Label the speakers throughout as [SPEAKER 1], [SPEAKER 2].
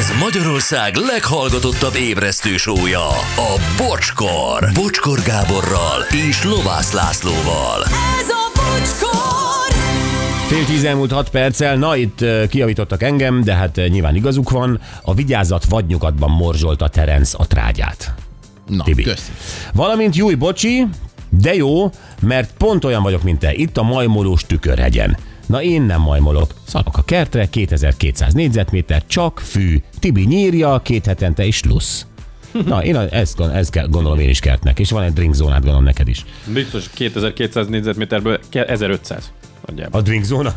[SPEAKER 1] Ez Magyarország leghallgatottabb ébresztő show-ja, a Bocskor. Bocskor Gáborral és Lovász Lászlóval.
[SPEAKER 2] Ez a Bocskor!
[SPEAKER 3] 9:10 elmúlt 6 perccel, na itt kijavítottak engem, de hát nyilván igazuk van. A vigyázat vadnyugatban morzsolta Terence a trágyát.
[SPEAKER 4] Na,
[SPEAKER 3] Tibi.
[SPEAKER 4] köszi.
[SPEAKER 3] Valamint Júj, bocsi, de jó, mert pont olyan vagyok, mint te. Itt a majmolós tükörhegyen. Na én nem majmolok. Szalok a kertre, 2200 négyzetméter, csak fű. Tibi nyírja, 2 hetente is lusz. Na, én ezt gondolom én is kertnek. És van egy drinkzónát, gondolom neked is.
[SPEAKER 5] Biztos 2200 négyzetméterből 1500.
[SPEAKER 3] A drinkzóna?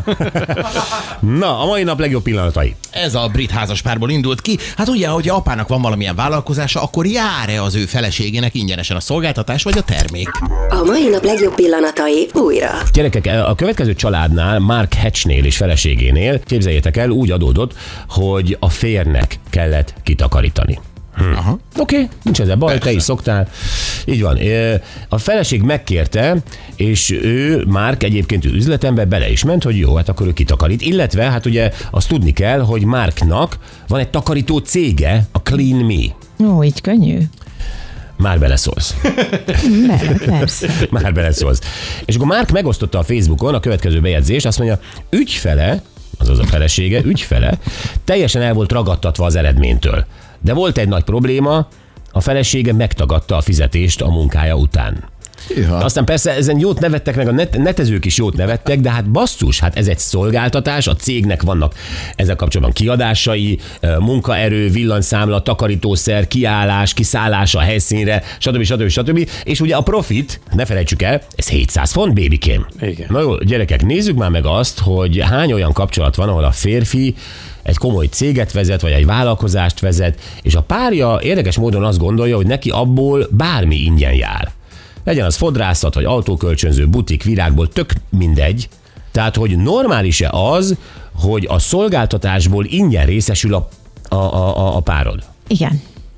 [SPEAKER 3] Na, a mai nap legjobb pillanatai.
[SPEAKER 4] Ez a brit házaspárból indult ki. Hát ugye, hogy apának van valamilyen vállalkozása, akkor jár-e az ő feleségének ingyenesen a szolgáltatás vagy a termék?
[SPEAKER 6] A mai nap legjobb pillanatai újra.
[SPEAKER 3] Gyerekek, a következő családnál, Mark Hatchnél és feleségénél, képzeljétek el, úgy adódott, hogy a férnek kellett kitakarítani. Oké, nincs ezzel baj, te is szoktál. Így van. A feleség megkérte, és ő, Mark egyébként üzletember bele is ment, hogy jó, hát akkor ő kitakarít. Illetve, hát ugye azt tudni kell, hogy Marknak van egy takarító cége, a Clean Me.
[SPEAKER 7] Ó, így könnyű.
[SPEAKER 3] Már beleszólsz.
[SPEAKER 7] Persze.
[SPEAKER 3] Már beleszólsz. És akkor Mark megosztotta a Facebookon a következő bejegyzést, azt mondja, ügyfele, azaz a felesége, ügyfele, teljesen el volt ragadtatva az eredménytől. De volt egy nagy probléma, a felesége megtagadta a fizetést a munkája után. Aztán persze ezen jót nevettek, meg a netezők is jót nevettek, de hát basszus, hát ez egy szolgáltatás, a cégnek vannak ezzel kapcsolatban kiadásai, munkaerő, villanyszámla, takarítószer, kiállás, kiszállás a helyszínre, stb. És ugye a profit, ne felejtsük el, ez 700 font, babykém.
[SPEAKER 5] Igen.
[SPEAKER 3] Na jó, gyerekek, nézzük már meg azt, hogy hány olyan kapcsolat van, ahol a férfi egy komoly céget vezet, vagy egy vállalkozást vezet, és a párja érdekes módon azt gondolja, hogy neki abból bármi ingyen jár. Legyen az fodrászat, vagy autókölcsönző, butik, virágból, tök mindegy. Tehát, hogy normális-e az, hogy a szolgáltatásból ingyen részesül a párod?
[SPEAKER 7] Igen.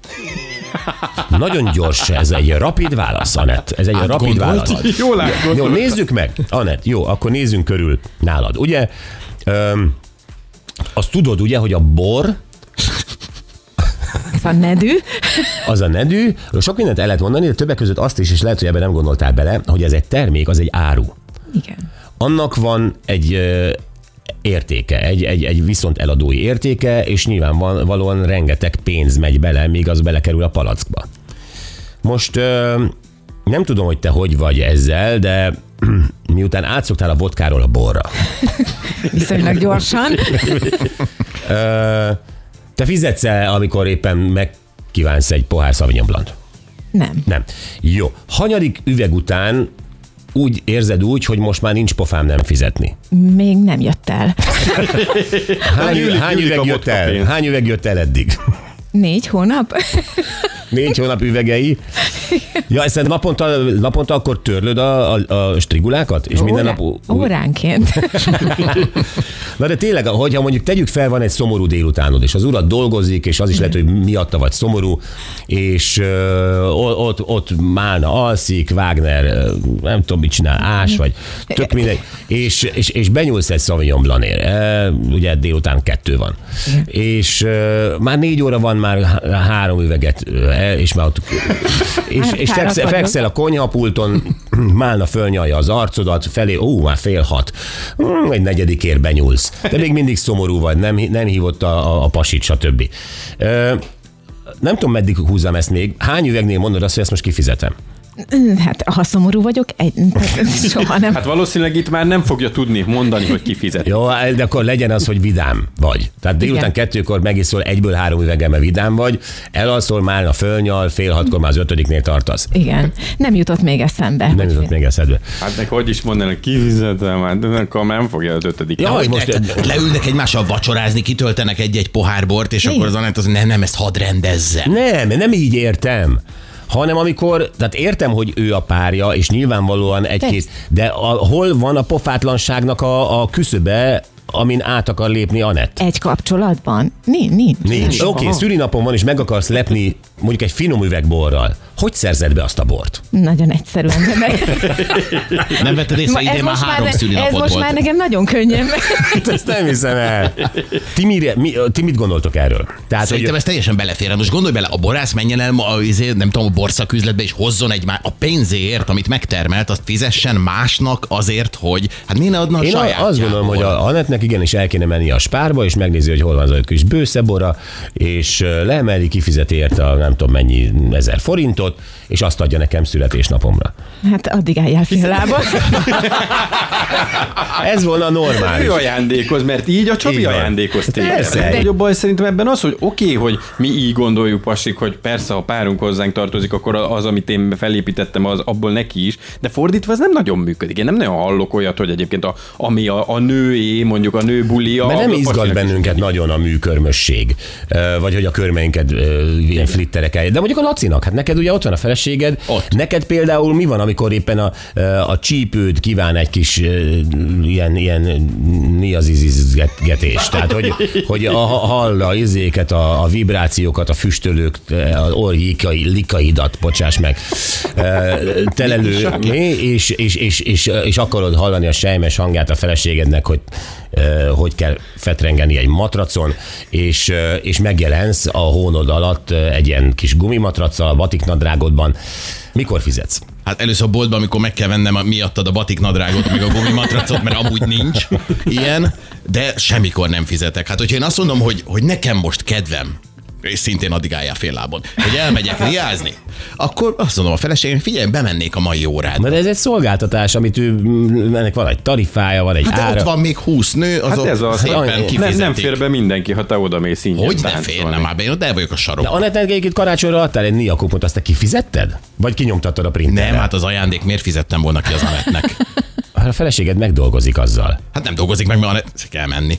[SPEAKER 3] Nagyon gyors, ez egy rapid válasz, Anett. Ez egy rapid válasz.
[SPEAKER 5] Jól látod.
[SPEAKER 3] Jó, nézzük meg. Anett, jó, akkor nézzünk körül nálad. Ugye, azt tudod ugye, hogy a bor,
[SPEAKER 7] Ez a nedű.
[SPEAKER 3] az a nedű, sok mindent el lehet mondani, de többek között azt is, és lehet, hogy ebben nem gondoltál bele, hogy ez egy termék, az egy áru.
[SPEAKER 7] Igen.
[SPEAKER 3] Annak van egy értéke, egy viszont eladói értéke, és nyilvánvalóan rengeteg pénz megy bele, míg az belekerül a palackba. Most nem tudom, hogy te hogy vagy ezzel, de miután átszoktál a vodkáról a borra.
[SPEAKER 7] Viszonylag gyorsan.
[SPEAKER 3] Te fizetsz el, amikor éppen megkívánsz egy pohár Sauvignon Blanc? Nem. Jó. Hanyadik üveg után úgy érzed úgy, hogy most már nincs pofám nem fizetni?
[SPEAKER 7] Még nem jött el.
[SPEAKER 3] Hány üveg jött el eddig?
[SPEAKER 7] 4 hónap?
[SPEAKER 3] 4 hónap üvegei. Ja, ezt naponta akkor törlöd a strigulákat? És minden nap...
[SPEAKER 7] Óránként.
[SPEAKER 3] Na de tényleg, hogyha mondjuk tegyük fel, van egy szomorú délutánod, és az urat dolgozik, és az is lehet, hogy miatta vagy szomorú, és ott Málna alszik, Wagner nem tudom mit csinál, ás, vagy tök mindegy, és benyúlsz egy Sauvignon Blancért, ugye délután 2 van. És már 4 óra van, már 3 üveget, és már ott, és fekszel a konyhapulton, Málna fölnyalja az arcodat, felé, már 5:30, egy 4-ért benyúlsz. De még mindig szomorú vagy, nem hívott a pasit, stb. Nem tudom, meddig húzzam ezt még. Hány üvegnél mondod azt, hogy ezt most kifizetem?
[SPEAKER 7] Hát, ha szomorú vagyok, soha nem.
[SPEAKER 5] Hát valószínűleg itt már nem fogja tudni mondani, hogy kifizet.
[SPEAKER 3] Jó, de akkor legyen az, hogy vidám vagy. Tehát délután 2-kor megiszol 1-3 üveggel, mert vidám vagy, elalszol már a fölnyal, 5:30 már az 5-nél tartasz.
[SPEAKER 7] Igen. Nem jutott még eszembe.
[SPEAKER 3] Nem jutott még eszedbe.
[SPEAKER 5] Hát meg hogy is mondanak, kifizetem, hát akkor nem fogja az 5.
[SPEAKER 4] Ja, hogy most leülnek egymással vacsorázni, kitöltenek egy pohár bort, és akkor az Anett az, nem, ezt hadd rendezze.
[SPEAKER 3] Nem így értem. Hanem amikor, tehát értem, hogy ő a párja, és nyilvánvalóan egy-két, de hol van a pofátlanságnak a küszöbe, amin át akar lépni Anett?
[SPEAKER 7] Egy kapcsolatban? Nincs.
[SPEAKER 3] Oké, szülinapon van, és meg akarsz lepni mondjuk egy finom üvegborral. hogy szerzed be azt a bort?
[SPEAKER 7] Nagyon egyszerűen.
[SPEAKER 4] Nem vetted észre,
[SPEAKER 7] Ez
[SPEAKER 4] idén már
[SPEAKER 7] most
[SPEAKER 4] 3
[SPEAKER 7] ez
[SPEAKER 4] szülinapod
[SPEAKER 7] most
[SPEAKER 4] volt.
[SPEAKER 7] már nekem nagyon könnyen.
[SPEAKER 3] Ezt nem hiszem el. Ti mit gondoltok erről? Tehát,
[SPEAKER 4] Szerintem ez teljesen belefér. Most gondolj bele, a borász menjen el nem tudom, a borszaküzletbe, és hozzon a pénzéért, amit megtermelt, azt fizessen másnak azért, hogy hát miért ne adna a
[SPEAKER 3] én
[SPEAKER 4] sajátjából?
[SPEAKER 3] azt gondolom, hogy a Anettnek igenis el kéne menni a Spárba, és megnézi, hogy hol van az a kis bőszebora, és leemeli, kifizeti érte a nem tudom mennyi 1000 forintot, és azt adja nekem születésnapomra.
[SPEAKER 7] Hát addig álljál fél lába.
[SPEAKER 3] Ez volna normális.
[SPEAKER 5] Ő ajándékoz, mert így a Csabi
[SPEAKER 3] Így van.
[SPEAKER 5] ajándékoz téged.
[SPEAKER 3] Persze.
[SPEAKER 5] A nagyobb baj szerintem ebben az, hogy oké, hogy mi így gondoljuk, pasik, hogy persze, ha párunk hozzánk tartozik, akkor az, amit én felépítettem, az abból neki is, de fordítva ez nem nagyon működik. Én nem nagyon hallok olyat, hogy egyébként ami a nőé, mondjuk a nő bulia.
[SPEAKER 3] Mert nem
[SPEAKER 5] a
[SPEAKER 3] izgat
[SPEAKER 5] pasinak
[SPEAKER 3] bennünket nagyon a műkörmösség, vagy hogy a körmeinket ilyen flitterek el. De mondjuk a Lacinak, hát neked ugye ott van a feleséged, neked például mi van, amikor éppen a csípőd kíván egy kis ilyen niazizizgetést, tehát hogy hall a izéket, a vibrációkat, a füstölők, az likaidat, bocsáss meg, telelő, és akarod hallani a sejmes hangját a feleségednek, hogy kell fetrengeni egy matracon, és megjelensz a hónod alatt egy ilyen kis gumimatraccal a batiknadrágodban. Mikor fizetsz?
[SPEAKER 4] Hát először a boltban, amikor meg kell vennem miattad a batiknadrágot, meg a gumimatracot, mert amúgy nincs ilyen, de semmikor nem fizetek. Hát hogyha én azt mondom, hogy nekem most kedvem, és szintén addig álljál fél lábon, hogy elmegyek riázni, akkor azt mondom a feleségem, figyelj, bemennék a mai órádba.
[SPEAKER 3] Mert ez egy szolgáltatás, amit ennek van egy tarifája, van egy
[SPEAKER 4] Hát
[SPEAKER 3] ára.
[SPEAKER 4] ott van még 20 nő, azok
[SPEAKER 5] Hát ez az,
[SPEAKER 4] szépen kifizetik.
[SPEAKER 5] nem fér be mindenki, ha te odamész ingyen
[SPEAKER 4] Hogy ne
[SPEAKER 5] táncolni.
[SPEAKER 4] férne már be, én ott el vagyok a
[SPEAKER 3] De
[SPEAKER 4] sarokban.
[SPEAKER 3] Annettnek egyébként karácsonyra adtál egy Nia kupont, azt te kifizetted? Vagy kinyomtattad a printerre?
[SPEAKER 4] Nem, hát az ajándék miért fizettem volna ki az Anettnek?
[SPEAKER 3] A feleséged megdolgozik azzal.
[SPEAKER 4] Hát nem dolgozik meg, mert Anett kell menni.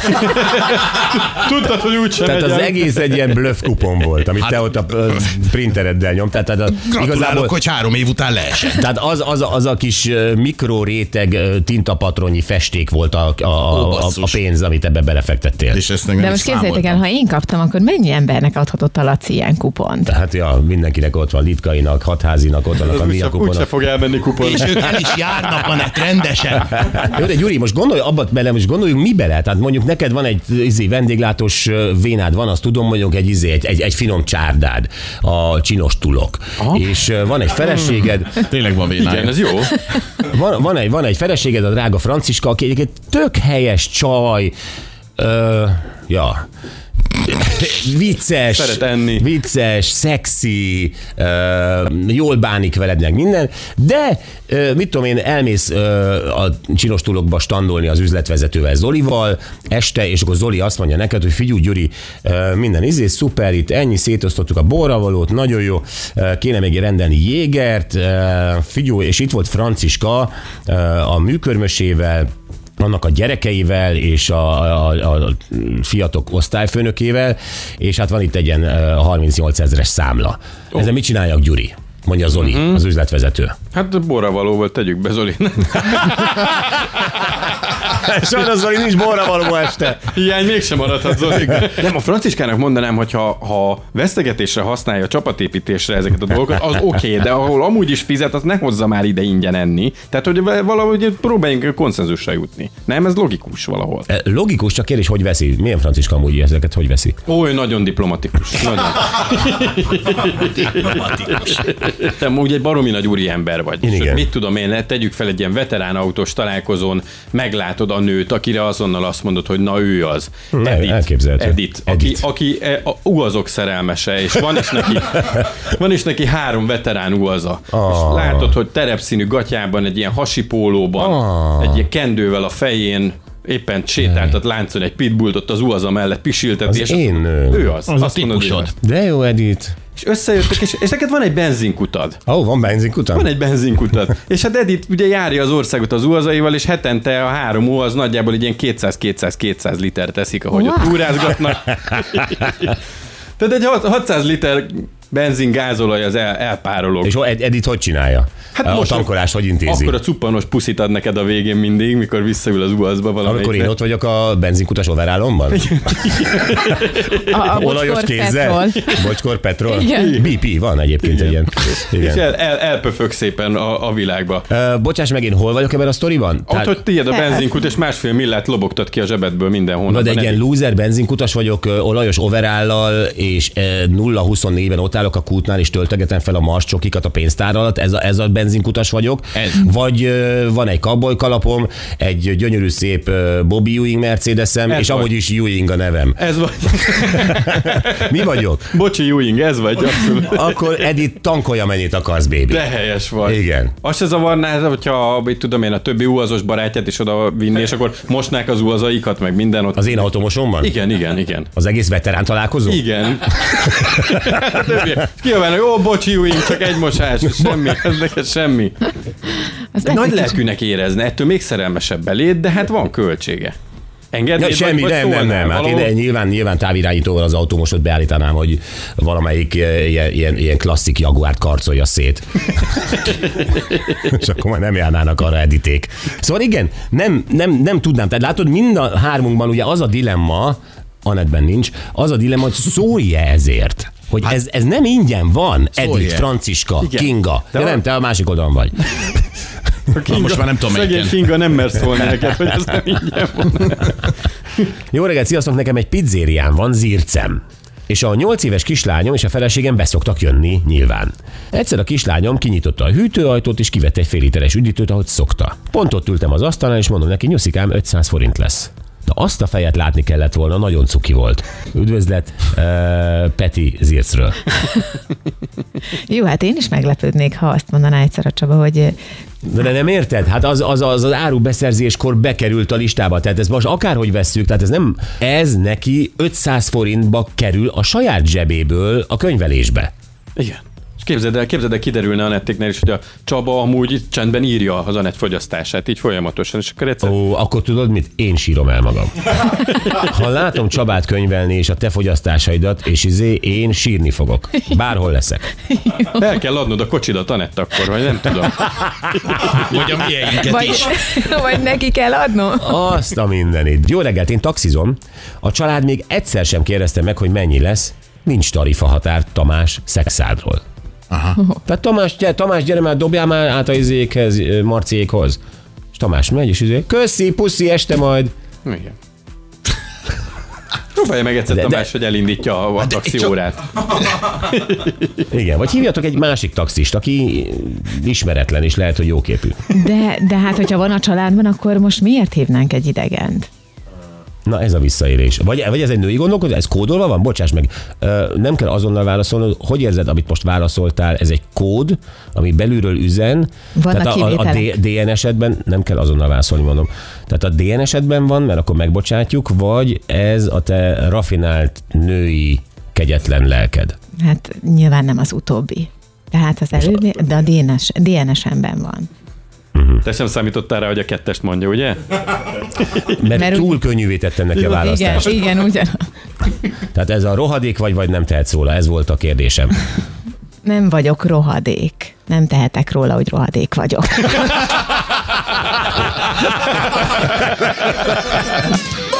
[SPEAKER 5] Tudtad, hogy úgysem
[SPEAKER 3] Tehát az egész egy ilyen bluff kupon volt, amit te ott a printereddel nyomtál. Tehát
[SPEAKER 4] Gratulálok, hogy 3 év után leesett.
[SPEAKER 3] Tehát az a kis mikroréteg tintapatronyi festék volt a pénz, amit ebbe belefektettél.
[SPEAKER 4] És ezt
[SPEAKER 7] De most képzeljétek el, ha én kaptam, akkor mennyi embernek adhatott a Laci ilyen kupont?
[SPEAKER 3] Tehát ja, mindenkinek ott van, Litkainak, Hatházinak, ott vannak a Nia
[SPEAKER 5] úgyse
[SPEAKER 3] kuponok.
[SPEAKER 5] fog elmenni kupon.
[SPEAKER 4] És ők el is járnak, Anett, rendesen.
[SPEAKER 3] Jó, de Gyuri, most gondolj abba bele, most gondoljunk mi bele. Tehát mondjuk neked van egy vendéglátós vénád, van, azt tudom, mondjuk egy finom csárdád, a csinos tulok. És van egy feleséged.
[SPEAKER 4] Tényleg van vénája.
[SPEAKER 5] Igen, ez jó.
[SPEAKER 3] Van egy feleséged, a drága Franciska, aki egyébként tök helyes csaj. Vicces,
[SPEAKER 5] Szeret enni.
[SPEAKER 3] vicces, szexi, jól bánik veled meg minden, de mit tudom én, elmész a csinos tulokba standolni az üzletvezetővel, Zolival este, és akkor Zoli azt mondja neked, hogy figyelj Gyuri, minden szuper, itt ennyi, szétosztottuk a borravalót, nagyon jó, kéne még rendelni jégert, figyelj, és itt volt Franciska a műkörmösével, annak a gyerekeivel és a fiatok osztályfőnökével, és hát van itt egy ilyen 38 000-es számla. Ezzel mit csináljak, Gyuri? Mondja Zoli, az üzletvezető.
[SPEAKER 5] Hát borravaló volt, tegyük be, Zoli.
[SPEAKER 3] Sajnos Zoli, nincs borravaló este.
[SPEAKER 5] Hiány mégsem maradhat, Zoli. Nem, a Franciskának mondanám, hogy ha vesztegetésre használja, csapatépítésre ezeket a dolgokat, az oké, de ahol amúgy is fizet, azt ne hozza már ide ingyen enni. Tehát, hogy valahogy próbáljunk konszenzusra jutni. Nem, ez logikus valahol.
[SPEAKER 3] Logikus, csak kérdés, hogy veszi? Milyen Franciska amúgy ezeket, hogy veszi?
[SPEAKER 5] Oly, nagyon diplomatikus. Nagyon.
[SPEAKER 4] Diplomatikus.
[SPEAKER 5] Te úgy egy baromi nagy úriember vagy.
[SPEAKER 3] Igen.
[SPEAKER 5] És mit tudom én, tegyük fel egy ilyen veterán autós találkozón, meglátod a nőt, akire azonnal azt mondod, hogy na ő az.
[SPEAKER 3] Elképzelhető.
[SPEAKER 5] Edith. Aki ugazok szerelmese, és van is neki 3 veterán ugaza. És látod, hogy terepszínű gatyában, egy ilyen hasipólóban, egy ilyen kendővel a fején, éppen sétáltat láncon egy pitbullt ott az uaza mellett pisilteti.
[SPEAKER 3] Az
[SPEAKER 5] és
[SPEAKER 3] én nőm.
[SPEAKER 5] ő az.
[SPEAKER 4] Az a
[SPEAKER 5] Azt mondod, ő
[SPEAKER 4] típusod.
[SPEAKER 5] az.
[SPEAKER 3] De jó, Edith.
[SPEAKER 5] És összejöttek, és neked van egy benzinkutad.
[SPEAKER 3] Van benzinkutam?
[SPEAKER 5] Van egy benzinkutad. És hát Edith ugye járja az országot az uazaival, és hetente a 3 uaz nagyjából egy ilyen 200-200 liter teszik, ahogy ott túrázgatnak. Tehát egy 600 liter benzin, gázolaj, az elpárolog.
[SPEAKER 3] És Edith hogy csinálja?
[SPEAKER 5] Hát
[SPEAKER 3] A
[SPEAKER 5] most
[SPEAKER 3] tankolást hogy intézi?
[SPEAKER 5] Akkor a cuppanos puszit ad neked a végén mindig, mikor visszaül az UAZ-ba valamelyikre.
[SPEAKER 3] Amikor én ott vagyok a benzinkutas overallomban? Olajos kézzel? Bocskor petrol? BP van egyébként egy ilyen.
[SPEAKER 5] És elpöfög szépen a világba.
[SPEAKER 3] Bocsáss meg, én hol vagyok ebben a sztoriban?
[SPEAKER 5] Ott, hogy tiéd a benzinkút, és 1,5 millát lobogtat ki a zsebedből minden hónapban.
[SPEAKER 3] De egy ilyen loser benzinkutas vagyok, olajos overállal, és 0-24-ben ott állok a kútnál, és töltegetem fel a Mars csokikat a pénztár alatt, ez a benzinkutas vagyok. Vagy van egy cowboy kalapom, egy gyönyörű szép Bobby Ewing Mercedesem, és amúgy is Ewing a nevem.
[SPEAKER 5] Ez vagy.
[SPEAKER 3] Mi vagyok?
[SPEAKER 5] Bocsi Ewing, ez vagy, abszolút.
[SPEAKER 3] Akkor Edith, tankolja, mennyit akarsz, baby.
[SPEAKER 5] De helyes vagy.
[SPEAKER 3] Igen.
[SPEAKER 5] Azt se zavarná, hogyha tudom én, a többi UAZ-os barátját is oda vinni, és akkor mosnák az UAZ-aikat, meg minden ott.
[SPEAKER 3] Az én automosomban?
[SPEAKER 5] Igen.
[SPEAKER 3] Az egész veterán találkozó?
[SPEAKER 5] Igen. Kiabálnak, jó, bocsi, Ewing, csak egy mosás, semmi, ez neked semmi. Nagy lelkűnek érezne, ettől még szerelmesebb beléd, de hát van költsége. Engednéd,
[SPEAKER 3] ja, semmi, nem. Hát én nyilván távirányítóval az automosot beállítanám, hogy valamelyik ilyen klasszik Jaguárt karcolja szét. És akkor már nem járnának arra Editék. Szóval igen, nem tudnám. Tehát látod, mind a hármunkban ugye az a dilemma, Anettben nincs, az a dilemma, hogy szólj ezért. Hogy ez nem ingyen van, Edith, Franciska, igen. Kinga. De nem, te a másik oldalon vagy.
[SPEAKER 4] Kinga, most már nem tudom,
[SPEAKER 5] szegény Kinga nem mer szólni neked, hogy ez nem ingyen van.
[SPEAKER 3] Jó reggelt, sziasztok, nekem egy pizzérián van, Zircem. És a 8 éves kislányom és a feleségem beszoktak jönni nyilván. Egyszer a kislányom kinyitotta a hűtőajtót és kivette egy fél literes üdítőt, ahogy szokta. Pont ott ültem az asztalnál, és mondom neki, nyuszikám, 500 forint lesz. Na azt a fejet látni kellett volna, nagyon cuki volt. Üdvözlet, Peti Zircről.
[SPEAKER 7] Jó, hát én is meglepődnék, ha azt mondaná egyszer a Csaba, hogy...
[SPEAKER 3] De nem érted? Hát az árubeszerzéskor bekerült a listába, tehát ez most akárhogy vesszük, tehát ez neki 500 forintba kerül a saját zsebéből a könyvelésbe.
[SPEAKER 5] Igen. És képzeld el, kiderülne Anettéknél is, hogy a Csaba amúgy csendben írja az Anett fogyasztását, így folyamatosan, és akkor egyszer...
[SPEAKER 3] Akkor tudod mit? Én sírom el magam. Ha látom Csabát könyvelni, és a te fogyasztásaidat, és én sírni fogok. Bárhol leszek.
[SPEAKER 5] El kell adnod a kocsidat, Anett, akkor, vagy nem tudom.
[SPEAKER 4] Vagy a mieinket is.
[SPEAKER 7] Vagy neki kell adnom. Azt
[SPEAKER 3] a mindenit. Jó reggelt, én taxizom. A család még egyszer sem kérdezte meg, hogy mennyi lesz. Nincs tarifahatár Tamás Szexádról. Aha. Tehát Tamás, gyere már, dobjál már át a izékhez, Marciékhoz. És Tamás megy, és köszi, puszi, este majd.
[SPEAKER 5] Igen. Próbálja meg egyszer Tamás, hogy elindítja a taxiórát.
[SPEAKER 3] Igen, vagy hívjatok egy másik taxist, aki ismeretlen, és lehet, hogy jóképű.
[SPEAKER 7] De hát, hogyha van a családban, akkor most miért hívnánk egy idegent?
[SPEAKER 3] Na ez a visszaérés. Vagy ez egy női gondolkodás? Ez kódolva van? Bocsáss meg. Nem kell azonnal válaszolnod. Hogy érzed, amit most válaszoltál? Ez egy kód, ami belülről üzen.
[SPEAKER 7] Vannak
[SPEAKER 3] tehát a DNS-edben nem kell azonnal válaszolni, mondom. Tehát a DNS-edben van, mert akkor megbocsátjuk, vagy ez a te rafinált női kegyetlen lelked?
[SPEAKER 7] Hát nyilván nem az utóbbi. Tehát az előbbi, de a DNS-emben van.
[SPEAKER 5] Te sem számítottál rá, hogy a 2-est mondja, ugye?
[SPEAKER 3] Mert túl könnyűvé tettem neki a választást.
[SPEAKER 7] Igen, ugyan.
[SPEAKER 3] Tehát ez a rohadék vagy nem tehetsz róla? Ez volt a kérdésem.
[SPEAKER 7] Nem vagyok rohadék. Nem tehetek róla, hogy rohadék vagyok.